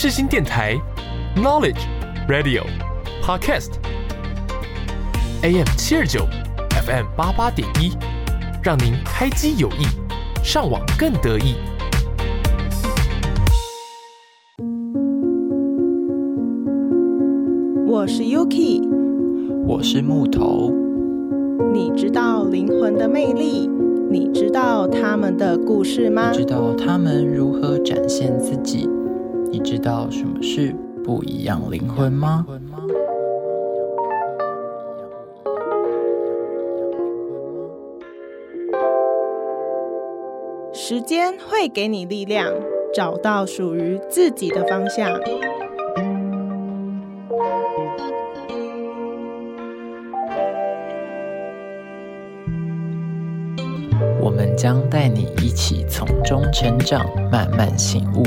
世新电台 Knowledge Radio Podcast AM 729 FM 88.1，让您开机有益，上网更得意。 我是 Yuki， 我是木头。 你知道灵魂的魅力？你知道他们的故事吗？ 你知道他们如何展现自己？你知道什么是不一样灵魂吗？ 时间会给你力量，找到属于自己的方向。 我们将带你一起从中成长，慢慢醒悟。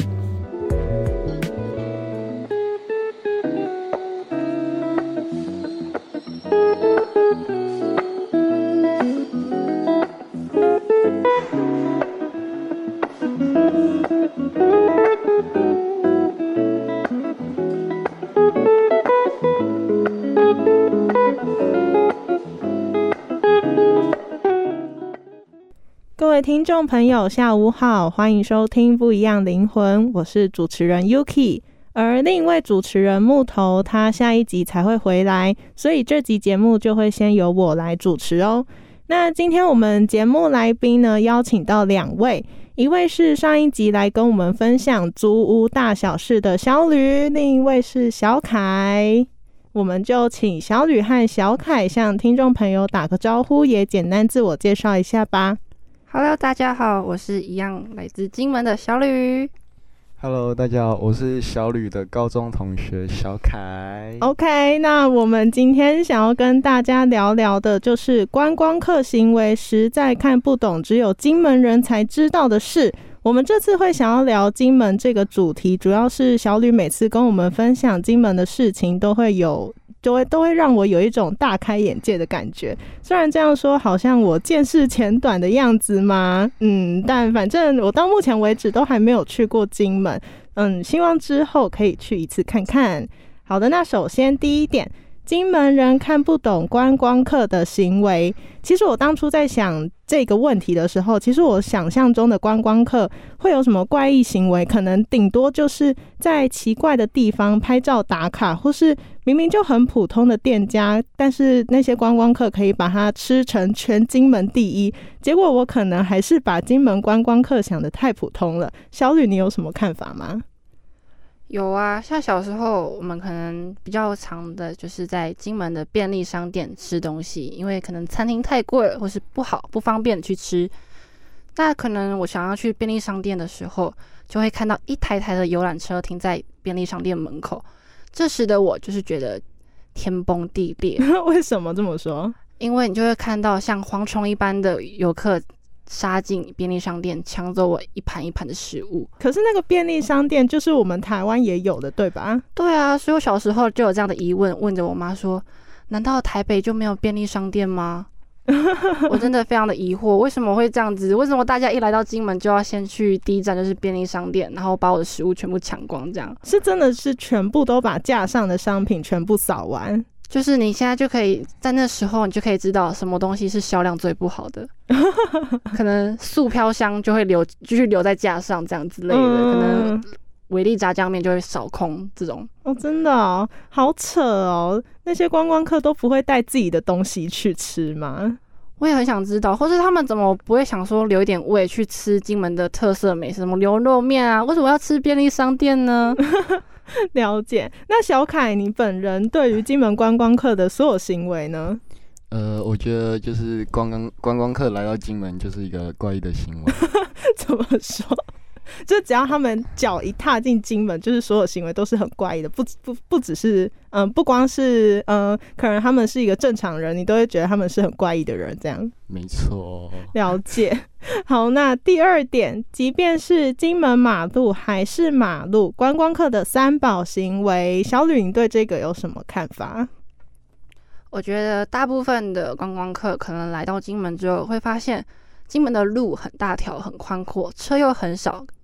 各位听众朋友下午好，欢迎收听不一样灵魂，我是主持人 Yuki， 而另一位主持人木头他下一集才会回来，所以这集节目就会先由我来主持哦。那今天我们节目来宾呢，邀请到2位，一位是上一集来跟我们分享租屋大小事的小吕，另一位是小凯。我们就请小吕和小凯向听众朋友打个招呼，也简单自我介绍一下吧。 Hello， 大家好，我是一样来自金门的小吕。 Hello， 大家好，我是小吕的高中同学小凯。 OK， 那我们今天想要跟大家聊聊的就是观光客行为实在看不懂，只有金门人才知道的事。我们这次会想要聊金门这个主题，主要是小吕每次跟我们分享金门的事情都会让我有一种大开眼界的感觉。虽然这样说好像我见识浅短的样子嘛，但反正我到目前为止都还没有去过金门，希望之后可以去一次看看。好的，那首先第一点，金门人看不懂观光客的行为。其实我当初在想这个问题的时候，其实我想象中的观光客会有什么怪异行为，可能顶多就是在奇怪的地方拍照打卡，或是明明就很普通的店家，但是那些观光客可以把它吃成全金门第一。结果我可能还是把金门观光客想得太普通了。小吕，你有什么看法吗？ 有啊，像小时候我们可能比较常的就是在金门的便利商店吃东西，因为可能餐厅太贵了，或是不方便去吃。那可能我想要去便利商店的时候，就会看到一台台的游览车停在便利商店门口，这时的我就是觉得天崩地裂。 为什么这么说？ 因为你就会看到像蝗虫一般的游客杀进便利商店，抢走我一盘一盘的食物。 可是那个便利商店就是我们台湾也有的，对吧？ 对啊，所以我小时候就有这样的疑问，问着我妈说，难道台北就没有便利商店吗？我真的非常的疑惑，为什么会这样子？为什么大家一来到金门就要先去第一站就是便利商店，然后把我的食物全部抢光？这样是真的是全部都把架上的商品全部扫完？ 就是你现在就可以在那时候，你就可以知道什么东西是销量最不好的，可能素飘香就会继续留在架上这样之类的，可能维力炸酱面就会扫空这种。 真的哦，好扯哦！那些观光客都不会带自己的东西去吃吗？ 我也很想知道，或是他们怎么不会想说留一点胃去吃金门的特色美食，什么牛肉面啊？为什么要吃便利商店呢？ 了解。那小凯，你本人对于金门观光客的所有行为呢？ 我觉得就是观光客来到金门就是一个怪异的行为。 怎么说？就只要他们脚一踏进金门，就是所有行为都是很怪异的，不只是不光是可能他们是一个正常人，你都会觉得他们是很怪异的人，这样。 没错， 了解。好，那第二点，即便是金门马路还是马路，观光客的三宝行为，小吕你对这个有什么看法？ 我觉得大部分的观光客可能来到金门之后，会发现金门的路很大条、很宽阔，车又很少，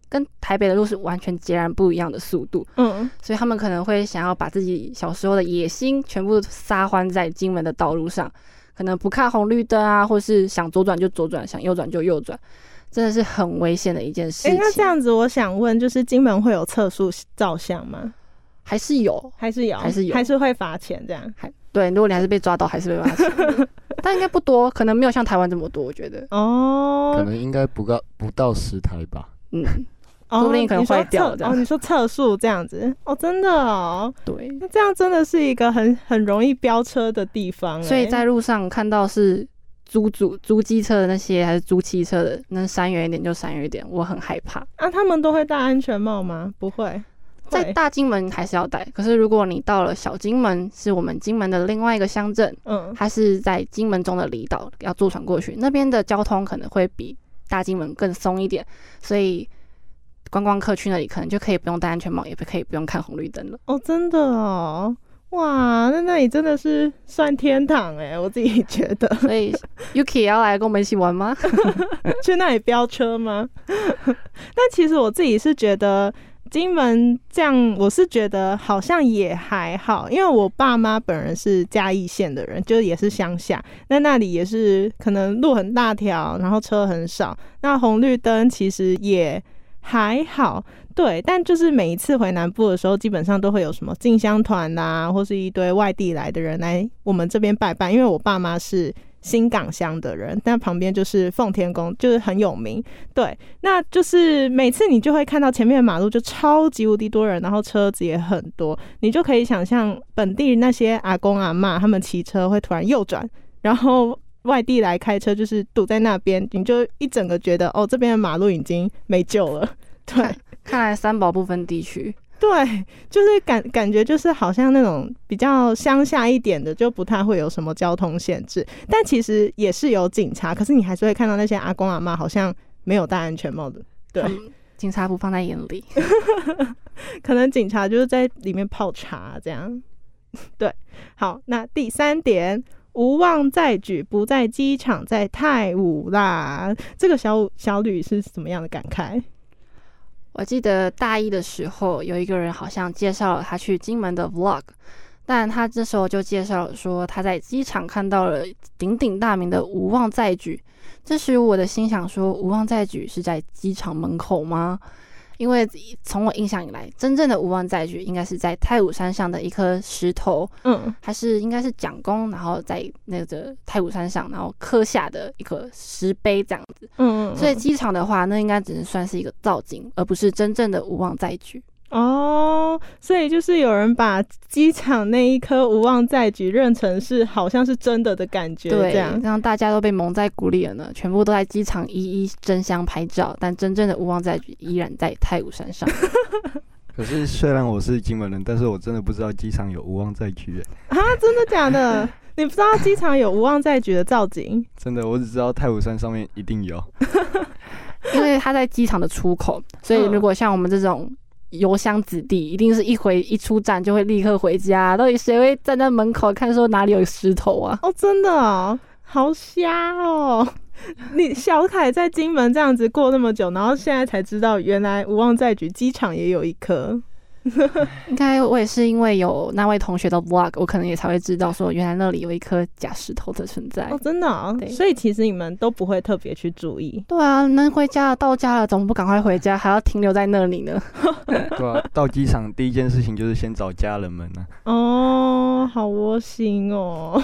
跟台北的路是完全截然不一样的速度，所以他们可能会想要把自己小时候的野心全部撒欢在金门的道路上，可能不看红绿灯啊，或是想左转就左转，想右转就右转，真的是很危险的一件事情。 那这样子我想问，就是金门会有测速照相吗？ 还是有， 还是会罚钱这样？ 对，如果你还是被抓到，还是被罚钱，但应该不多，可能没有像台湾这么多，我觉得。 可能应该不到10台吧。 说不定可能坏掉这样。 你说测速这样子？真的哦。 对， 那这样真的是一个很容易飙车的地方。 所以在路上看到是租机车的那些，还是租汽车的，能闪远一点就闪远一点，我很害怕。 他们都会戴安全帽吗？不会。 在大金门还是要戴，可是如果你到了小金门，是我们金门的另外一个乡镇，它是在金门中的离岛，要坐船过去，那边的交通可能会比大金门更松一点，所以观光客去那里可能就可以不用戴安全帽，也可以不用看红绿灯了。 真的哦。哇，那里真的是算天堂我自己觉得。 所以 Yuki 也要来跟我们一起玩吗？ 去那里飙车吗？但其实我自己是觉得金门这样，我是觉得好像也还好，因为我爸妈本人是嘉义县的人，就也是乡下，那里也是可能路很大条，然后车很少，那红绿灯其实也还好。对，但就是每一次回南部的时候，基本上都会有什么进香团啦，或是一堆外地来的人来我们这边拜拜。因为我爸妈是新港乡的人，但旁边就是奉天宫，就是很有名。对，那就是每次你就会看到前面的马路就超级无敌多人，然后车子也很多，你就可以想象本地那些阿公阿嬷他们骑车会突然右转，然后外地来开车就是堵在那边，你就一整个觉得这边的马路已经没救了。对， 看来三宝不分地区。 对，就是感觉就是好像那种比较乡下一点的就不太会有什么交通限制，但其实也是有警察，可是你还是会看到那些阿公阿嬷好像没有戴安全帽的。对， 警察不放在眼里。 可能警察就是在里面泡茶这样。对，好，那第3点，无望再举，不在机场，在泰武啦。这个小吕是什么样的感慨？ 我记得大一的时候，有一个人好像介绍了他去金门的 vlog， 但他这时候就介绍了说他在机场看到了鼎鼎大名的无望再举。这时我的心想说，无望再举是在机场门口吗？因为从我印象以来，真正的无望再举应该是在太武山上的一颗石头，它是应该是蒋公，然后在那个太武山上，然后刻下的一个石碑这样子。所以机场的话，那应该只能算是一个造景，而不是真正的无望再举。 所以就是有人把机场那一颗无望再举认成是好像是真的的感觉， 对， 这样让大家都被蒙在鼓里了呢，全部都在机场一一争相拍照，但真正的无望再举依然在太武山上。 可是虽然我是金门人，但是我真的不知道机场有无望再举真的假的？你不知道机场有无望再举的造景？ 真的，我只知道太武山上面一定有。 因为它在机场的出口，所以如果像我们这种油乡子弟，一定是一出站就会立刻回家。到底谁会站在门口看说哪里有石头啊？ 真的哦，好瞎哦！你小凯在金门这样子过那么久，然后现在才知道原来无望再举机场也有一颗。 应该我也是因为有那位同学的 vlog， 我可能也才会知道说原来那里有一颗假石头的存在。 真的所以其实你们都不会特别去注意。 对啊，能回家了，到家了，怎么不赶快回家，还要停留在那里呢？ 对啊，到机场第一件事情就是先找家人们啊。 好窝心哦。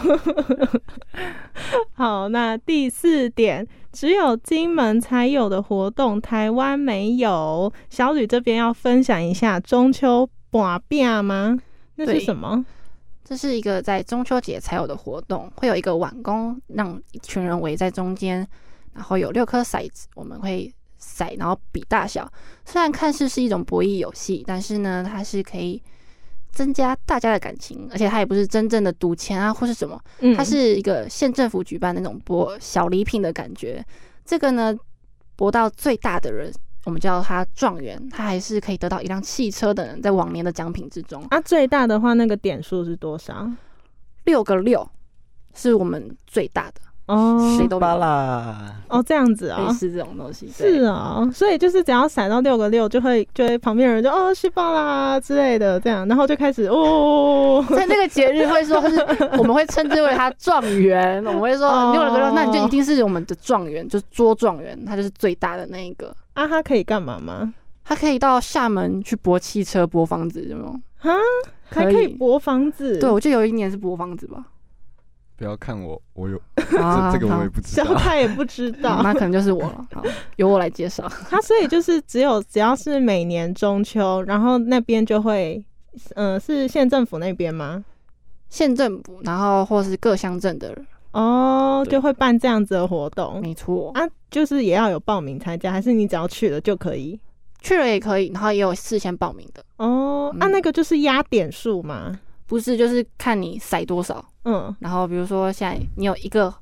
好，那第4点，只有金门才有的活动，台湾没有。小吕这边要分享一下中秋拔饼吗？那是什么？ 这是一个在中秋节才有的活动，会有一个碗公，让一群人围在中间，然后有6颗骰子，我们会骰，然后比大小。虽然看似是一种博弈游戏，但是呢，它是可以增加大家的感情，而且它也不是真正的赌钱啊或是什么，它是一个县政府举办的那种博小礼品的感觉。这个呢，博到最大的人，我们叫他状元，他还是可以得到一辆汽车的人，在往年的奖品之中。 最大的话，那个点数是多少？ 6个6是我们最大的。 谁都巴啦。 这样子啊， 类似这种东西。 是啊，所以就是只要甩到6个6，就会旁边的人就西巴啦之类的这样，然后就开始在那个节日会说是我们会称之为他状元，我们会说6个6，那你就一定是我们的状元，就是捉状元，他就是最大的那一个。 他可以干嘛吗？ 他可以到厦门去拨汽车、拨房子，有没有？ 还可以拨房子？ 对，我记得有一年是拨房子吧。 不要看我有这个我也不知道， 小凯也不知道， 那可能就是我了。好，由我来介绍。 所以就是只要是每年中秋，然后那边就会，是县政府那边吗？ 县政府，然后或是各乡镇的人就会办这样子的活动。 没错就是也要有报名参加，还是你只要去了就可以？ 去了也可以，然后也有事先报名的。 那个就是压点数吗？ 不是，就是看你骰多少。然后比如说现在你有一个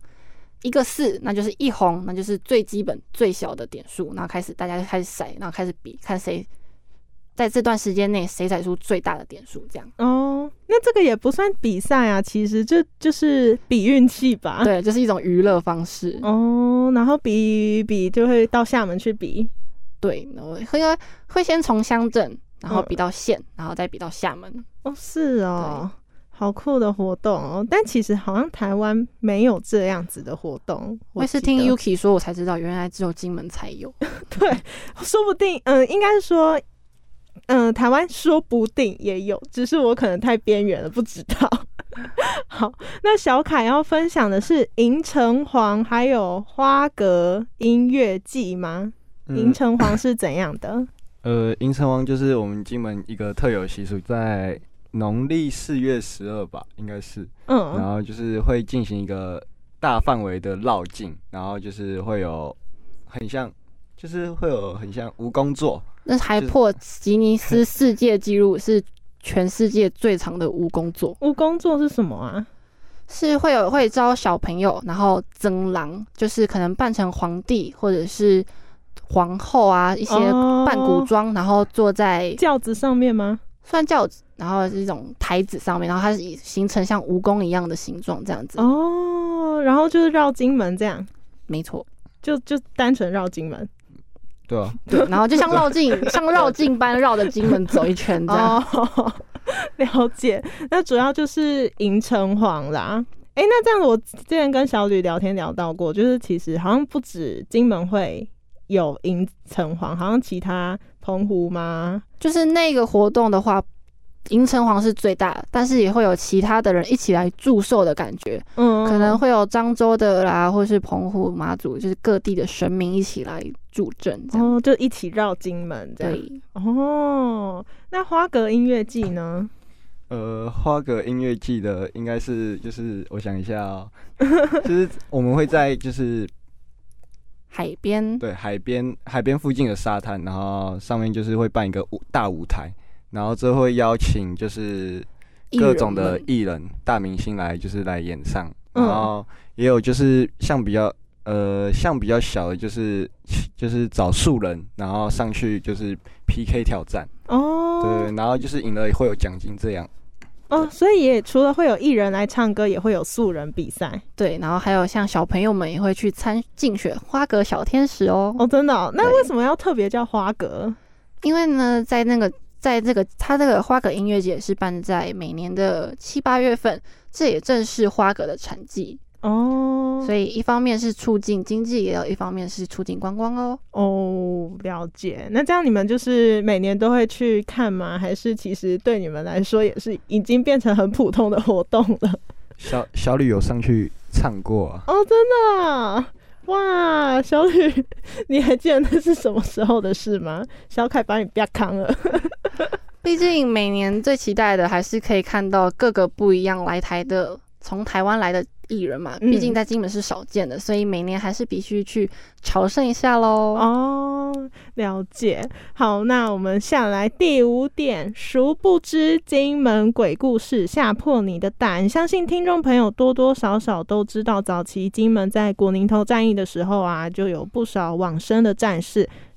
4，那就是1红，那就是最基本最小的点数，然后大家就开始骰，然后开始比，看谁在这段时间内谁骰出最大的点数，这样。 那这个也不算比赛啊，其实就是比运气吧。 对，就是一种娱乐方式。 然后比就会到厦门去比。 对，会先从乡镇，然后比到县，然后再比到厦门。 是哦，好酷的活动哦！但其实好像台湾没有这样子的活动。 我也是听 Yuki 说，我才知道原来只有金门才有。 对，说不定，应该是说，台湾说不定也有，只是我可能太边缘了，不知道。好，那小凯要分享的是迎城隍还有花蛤音乐季吗？迎城隍是怎样的？ 迎城隍就是我们金门一个特有习俗，在农历4月12吧，应该是。然后就是会进行一个大范围的绕境，然后就是会有很像蜈蚣座。 那还破吉尼斯世界纪录，是全世界最长的蜈蚣座。 蜈蚣座是什么啊？ 是会招小朋友，然后增郎，就是可能扮成皇帝或者是皇后啊，一些扮古装，然后坐在轿子上面吗？ 算轿子，然后是一种台子上面，然后它是形成像蜈蚣一样的形状，这样子。 然后就是绕金门这样。 没错， 就单纯绕金门。 对啊。 对，然后就像绕境般绕着金门走一圈这样。 了解。那主要就是迎城隍啦。那这样我之前跟小吕聊天聊到过，就是其实好像不止金门会有迎城隍，好像其他澎湖吗？ 就是那个活动的话，迎城隍是最大的，但是也会有其他的人一起来祝寿的感觉。可能会有漳州的啦，或是澎湖、马祖，就是各地的神明一起来助阵， 就一起绕金门这样。 对。 那花蛤音乐季呢？ 花蛤音乐季的应该是就是我想一下就是我们会在就是海边， 对，海边附近的沙滩，然后上面就是会办一个大舞台，然后这会邀请就是各种的艺人、大明星来就是来演唱，然后也有就是像比较小的就是找素人，然后上去就是 PK 挑战。对，然后就是赢了会有奖金这样。 所以也除了会有艺人来唱歌，也会有素人比赛。 对，然后还有像小朋友们也会去竞选花蛤小天使哦。 真的哦？那为什么要特别叫花蛤？ 因为呢，在它这个花蛤音乐节是办在每年的7、8月份，这也正是花蛤的产季。所以一方面是促进经济，也有一方面是促进观光哦。 了解。那这样你们就是每年都会去看吗？还是其实对你们来说也是已经变成很普通的活动了？ 小吕有上去唱过啊。 真的啊？哇，小吕，你还记得那是什么时候的事吗？小凯把你啪康了。 毕竟每年最期待的还是可以看到各个不一样从台湾来的艺人嘛，毕竟在金门是少见的，所以每年还是必须去朝圣一下咯。 了解。好，那我们下来第5点，殊不知金门鬼故事吓破你的胆。相信听众朋友多多少少都知道，早期金门在古宁头战役的时候啊，就有不少往生的战士。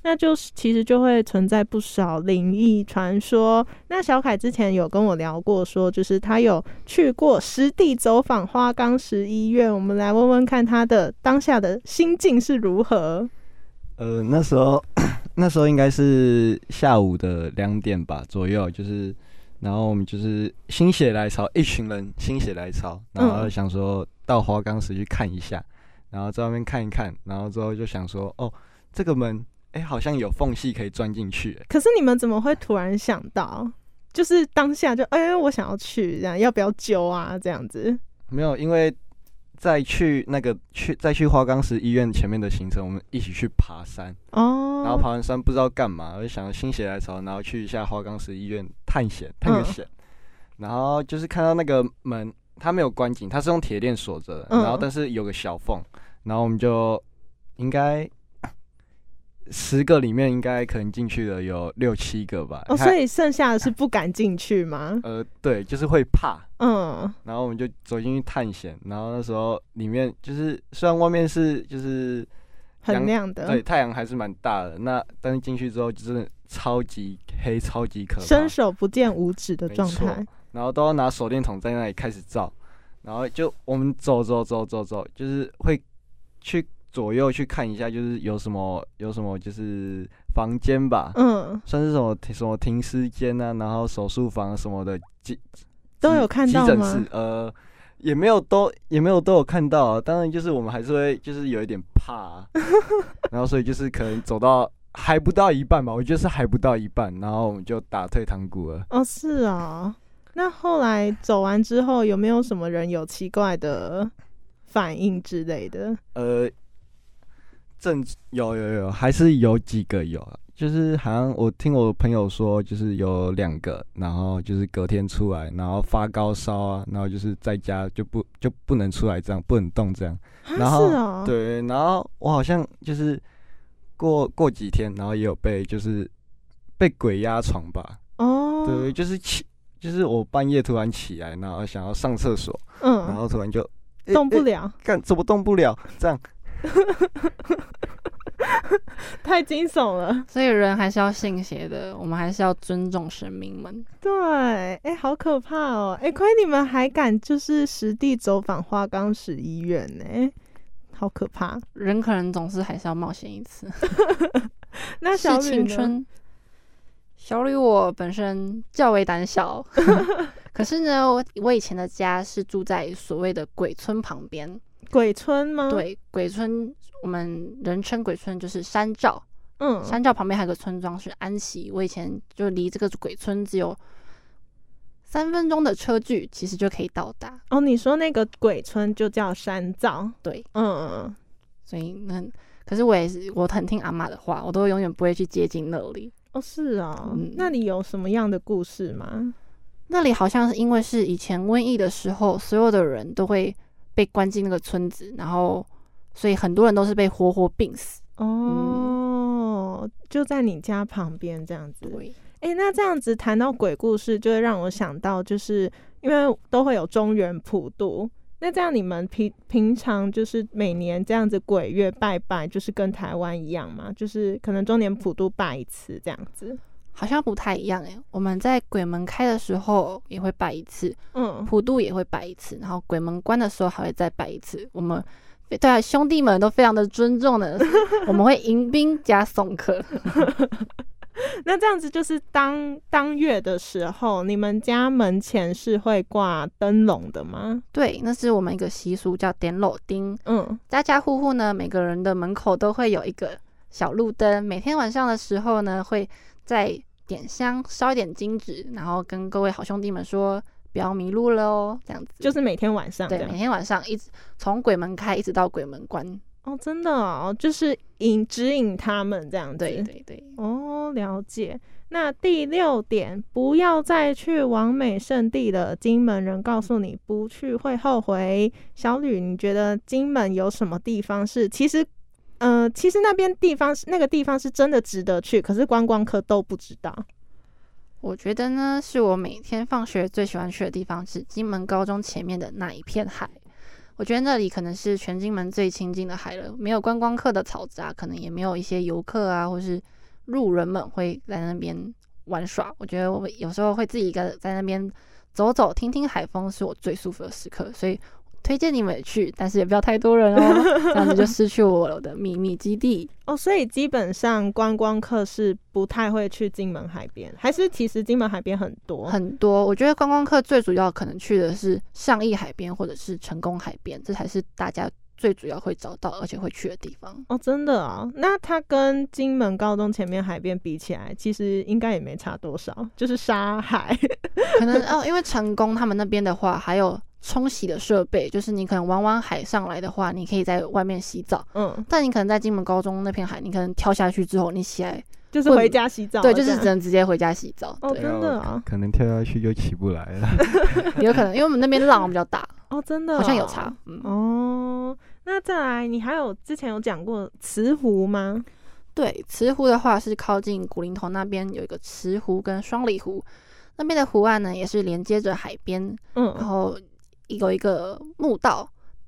那就是其实就会存在不少灵异传说。那小凯之前有跟我聊过说，就是他有去过实地走访花岗石医院，我们来问问看他的当下的心境是如何。 那时候应该是下午的2点吧左右，就是然后我们就是心血来潮，一群人心血来潮，然后想说到花岗石去看一下，然后在外面看一看，然后之后就想说，哦，这个门好像有缝隙可以钻进去。 可是你们怎么会突然想到，就是当下就我想要去，这样要不要揪啊？这样子没有，因为再去花岗石医院前面的行程，我们一起去爬山然后爬完山不知道干嘛，我就想心血来潮，然后去一下花岗石医院探个险，然后就是看到那个门，它没有关紧，它是用铁链锁着的，然后但是有个小缝，然后我们就应该10个里面应该可能进去了有6、7个吧。 所以剩下的是不敢进去吗？ 对，就是会怕。然后我们就走进去探险，然后那时候里面就是虽然外面是就是很亮的， 对，太阳还是蛮大的，但是进去之后就真的超级黑，超级可怕， 伸手不见五指的状态。 然后都要拿手电筒在那里开始照，然后就我们走，就是会去左右去看一下，就是有什么就是房间吧，算是什么停尸间啊，然后手术房什么的， 都有看到吗？ 急诊室也没有都有看到啊。当然就是我们还是会就是有一点怕然后所以就是可能走到还不到一半吧，我觉得是还不到一半，然后我们就打退堂鼓了。 是啊。那后来走完之后，有没有什么人有奇怪的反应之类的？有，还是有几个有，就是好像我听我朋友说，就是有2个，然后就是隔天出来，然后发高烧啊，然后就是在家就不能出来，这样不能动这样。然后是哦， 对，然后我好像就是过几天，然后也有就是被鬼压床吧。对，就是我半夜突然起来，然后想要上厕所，然后突然就动不了， 怎么动不了？这样太惊悚了。 所以人还是要信邪的，我们还是要尊重神明们。 对，好可怕哦！亏你们还敢就是实地走访花岗石医院呢，好可怕。 人可能总是还是要冒险一次。 那小吕呢？ 是青春。小吕我本身较为胆小，可是呢，我以前的家是住在所谓的鬼村旁边。 鬼村吗？对， 鬼村我们人称鬼村就是山罩。山罩旁边还有个村庄是安息，我以前就离这个鬼村只有3分钟的车距，其实就可以到达。 你说那个鬼村就叫山罩？ 对，所以可是我很听阿嬷的话，我都永远不会去接近那里。 是啊，那里有什么样的故事吗？ 那里好像是因为是以前瘟疫的时候，所有的人都会被关进那个村子，然后所以很多人都是被活活病死。 就在你家旁边这样子。 对。 那这样子谈到鬼故事，就会让我想到，就是因为都会有中元普渡，那这样你们平常就是每年这样子鬼月拜拜，就是跟台湾一样吗？就是可能中年普渡拜一次这样子？ 好像不太一样我们在鬼门开的时候也会拜一次，普渡也会拜一次，然后鬼门关的时候还会再拜一次。我们对兄弟们都非常的尊重的，我们会迎宾加送客。 那这样子就是当月的时候，你们家门前是会挂灯笼的吗？ 对，那是我们一个习俗叫点漏丁。家家户户呢，每个人的门口都会有一个小路灯，每天晚上的时候呢，会再点香烧一点金纸，然后跟各位好兄弟们说不要迷路了哦，这样子。 就是每天晚上？ 对，每天晚上一直从鬼门开一直到鬼门关。 真的就是指引他们这样子。 对对对。 了解。那第6点，不要再去完美圣地了，金门人告诉你不去会后悔。小吕，你觉得金门有什么地方是其实那个地方是真的值得去，可是观光客都不知道？ 我觉得呢，是我每天放学最喜欢去的地方是金门高中前面的那一片海。 我觉得那里可能是全金门最亲近的海了，没有观光客的嘈杂，可能也没有一些游客啊，或是路人们会在那边玩耍。我觉得我有时候会自己一个在那边走走，听听海风，是我最舒服的时刻。所以推荐你们去，但是也不要太多人哦，这样子就失去我的秘密基地哦。所以基本上观光客是不太会去金门海边，还是其实金门海边很多很多？我觉得观光客最主要可能去的是上义海边或者是成功海边，这才是大家最主要会找到而且会去的地方。 哦，真的啊？那它跟金门高中前面海边比起来，其实应该也没差多少，就是沙海。 可能因为成功他们那边的话，还有冲洗的设备，就是你可能玩海上来的话，你可以在外面洗澡。但你可能在金门高中那片海，你可能跳下去之后，你起来就是回家洗澡。 对，就是只能直接回家洗澡。 哦，真的啊？ 可能跳下去就起不来了。 有可能，因为我们那边浪比较大。 哦，真的、 好像有差。 哦，那再来，你还有之前有讲过慈湖吗？ 对，慈湖的话是靠近古林头那边有一个慈湖跟双里湖，那边的湖岸呢也是连接着海边，然后有一个步道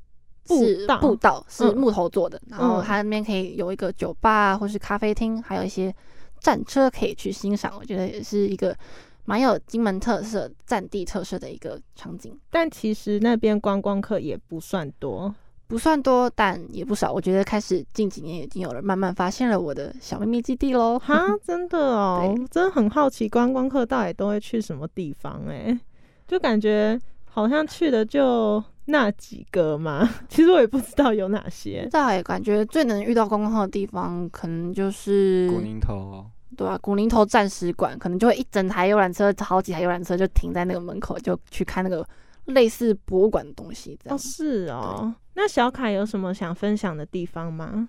是木头做的，然后它那边可以有一个酒吧或是咖啡厅，还有一些战车可以去欣赏，我觉得也是一个蛮有金门特色、在地特色的一个场景。 但其实那边观光客也不算多， 但也不少。我觉得开始近几年已经有人慢慢发现了我的小秘密基地咯。 哈，真的哦，真的很好奇观光客到底都会去什么地方就感觉好像去的就那几个嘛，其实我也不知道有哪些。 再感觉最能遇到观光客的地方，可能就是古宁头。 对啊，古宁头战史馆，可能就会一整台游览车，好几台游览车就停在那个门口，就去看那个类似博物馆的东西。这样。 是哦。那小凯有什么想分享的地方吗？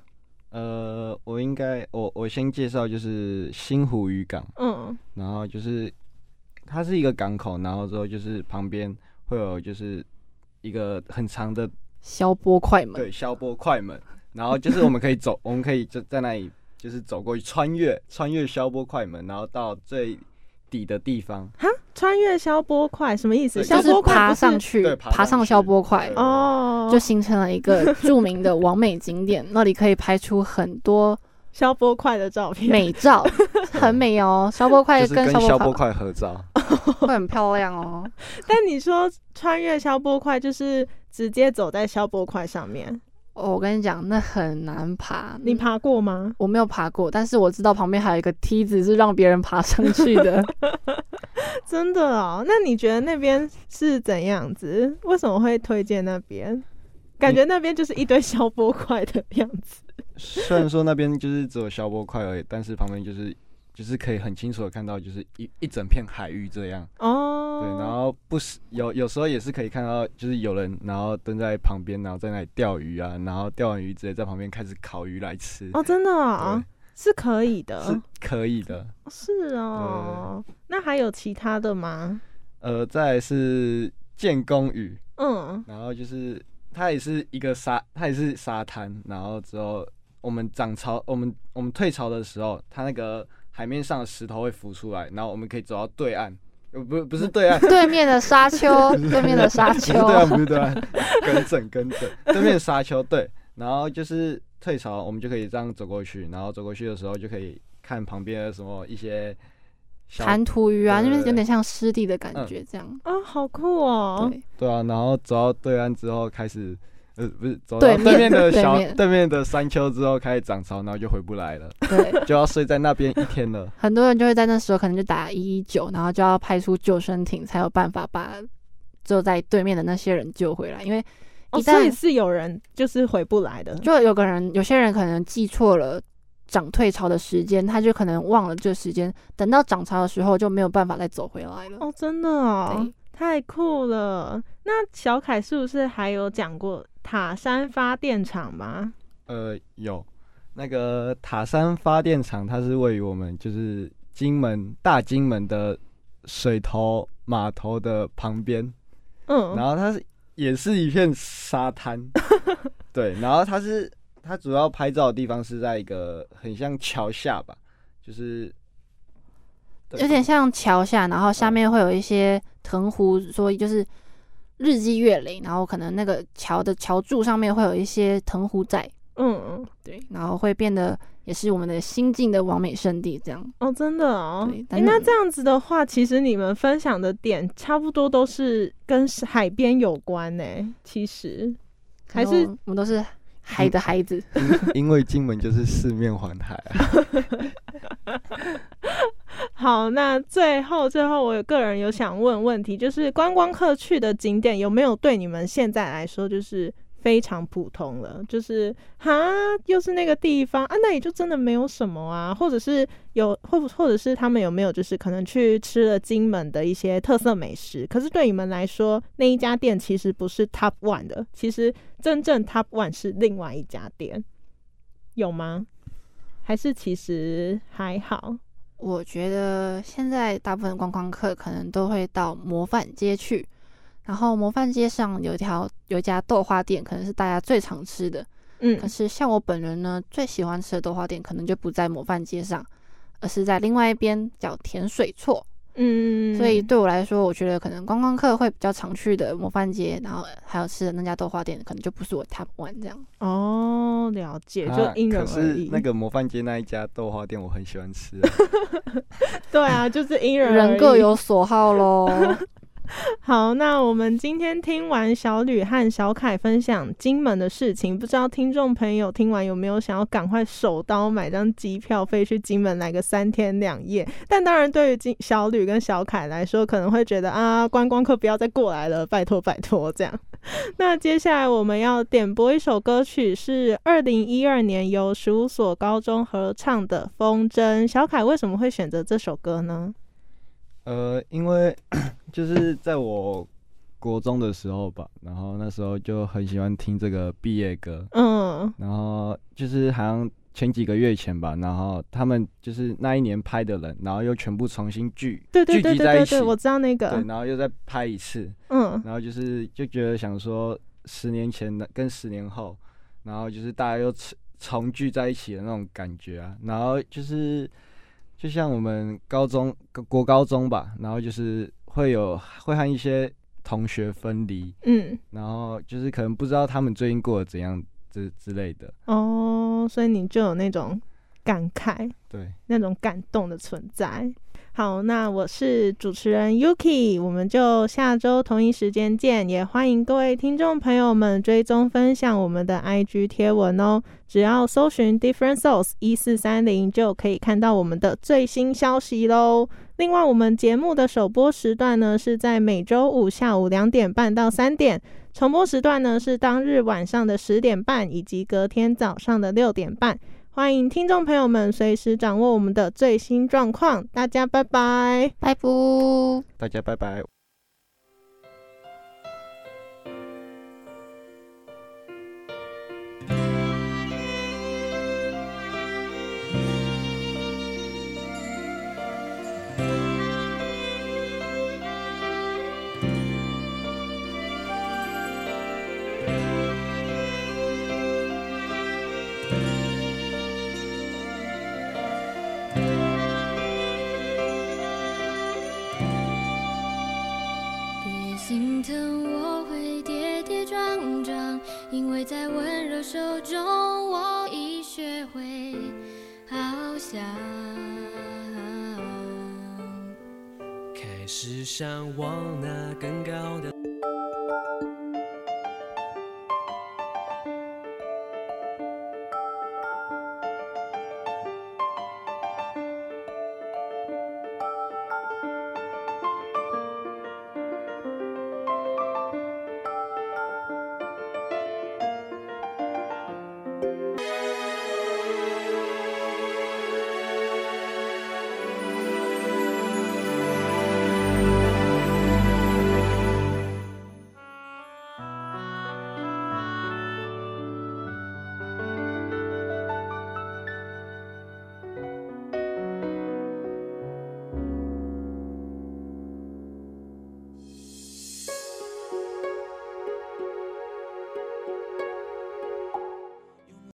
我先介绍就是新湖渔港。然后就是它是一个港口，然后之后就是旁边会有就是一个很长的消波快门。 对，消波快门。然后就是我们可以走，我们可以就在那里就是走过去，穿越消波快门，然后到最底的地方。 哈，穿越消波块什么意思？ 就是爬上去，爬上消波块哦， 就形成了一个著名的网美景点，那里可以拍出很多消波块的照片， 美照，很美哦。消波块跟消波块合照， 会很漂亮哦。 但你说穿越消波块，就是直接走在消波块上面？ 我跟你讲，那很难爬。 你爬过吗？ 我没有爬过，但是我知道旁边还有一个梯子是让别人爬上去的。 真的哦？那你觉得那边是怎样子？为什么会推荐那边？感觉那边就是一堆消波块的样子。 虽然说那边就是只有消波块而已，但是旁边就是可以很清楚的看到，就是一整片海域这样。哦，对，然后有时候也是可以看到，就是有人然后蹲在旁边，然后在那里钓鱼啊，然后钓完鱼直接在旁边开始烤鱼来吃。 哦，真的啊？是可以的， 是可以的。 是哦，那还有其他的吗？ 再来是建功屿，然后就是它也是沙滩，然后之后我们我们退潮的时候，它那个海面上的石头会浮出来，然后我们可以走到对岸，不是对岸， 对面的沙丘，对面的沙丘， 不是对岸，更正，对面的沙丘，对，然后就是退潮，我们就可以这样走过去，然后走过去的时候就可以看旁边的什么一些弹涂鱼啊，那边有点像湿地的感觉，这样啊，好酷哦。 对啊，然后走到对岸之后开始。不是走到对面的山丘之后开始涨潮，然后就回不来了，对，就要睡在那边一天了。 很多人就会在那时候可能就打119，然后就要派出救生艇，才有办法把坐在对面的那些人救回来。因为所以是有人就是回不来的， 就有些人可能记错了涨退潮的时间，他就可能忘了这个时间，等到涨潮的时候就没有办法再走回来了。 哦，真的哦，太酷了。那小凯是不是还有讲过塔山发电厂吗？ 有，那个塔山发电厂，它是位于我们就是大金门的水头码头的旁边，然后它也是一片沙滩，对，然后它主要拍照的地方是在一个很像桥下吧，就是有点像桥下，然后下面会有一些藤壶，所以就是日积月累，然后可能那个桥的桥柱上面会有一些藤壶在，对，然后会变得也是我们的新晋的完美圣地这样。 哦，真的哦。 对， 那这样子的话，其实你们分享的点差不多都是跟海边有关呢。其实还是我们都是海的孩子， 因为金门就是四面环海啊。 好，那最后我个人有想问问题，就是观光客去的景点有没有对你们现在来说就是非常普通了，就是又是那个地方啊，那也就真的没有什么啊，或者是或者是他们有没有就是可能去吃了金门的一些特色美食，可是对你们来说那一家店其实不是 top one 的，其实真正 top one 是另外一家店，有吗？还是其实还好？ 我觉得现在大部分观光客可能都会到模范街去，然后模范街上有一家豆花店，可能是大家最常吃的。可是像我本人呢，最喜欢吃的豆花店可能就不在模范街上，而是在另外一边叫甜水厝。所以对我来说，我觉得可能观光客会比较常去的模范街，然后还有吃的那家豆花店，可能就不是我 top one 这样。 哦，了解，就因人而异。 可是那个模范街那一家豆花店我很喜欢吃啊。 对啊，就是因人而异， 人各有所好咯。 好，那我们今天听完小吕和小凯分享金门的事情，不知道听众朋友听完有没有想要赶快手刀买张机票飞去金门来个3天2夜？但当然对于小吕跟小凯来说可能会觉得观光客不要再过来了，拜托拜托这样。那接下来我们要点播一首歌曲，是2012年由15所高中合唱的《风筝》。小凯为什么会选择这首歌呢？ 因为就是在我国中的时候吧，然后那时候就很喜欢听这个毕业歌，然后就是好像前几个月前吧，然后他们就是那一年拍的人，然后又全部重新聚集在一起， 我知道那个， 对，然后又再拍一次，然后就觉得想说10年前的跟10年后，然后就是大家又重聚在一起的那种感觉啊，然后就像我们国高中吧，然后就是会和一些同学分离，然后就是可能不知道他们最近过得怎样之类的。所以你就有那种感慨， 对， 那种感动的存在。好，那我是主持人 Yuki， 我们就下周同一时间见，也欢迎各位听众朋友们追踪分享我们的 IG 贴文哦，只要搜寻 Different Souls 1430就可以看到我们的最新消息咯。另外我们节目的首播时段呢是在每周五下午2点半到3点，重播时段呢是当日晚上的10点半以及隔天早上的6点半。欢迎听众朋友们随时掌握我们的最新状况，大家拜拜， 拜拜， 大家拜拜。 心疼我会跌跌撞撞，因为在温柔手中我已学会翱翔， 开始向往那更高的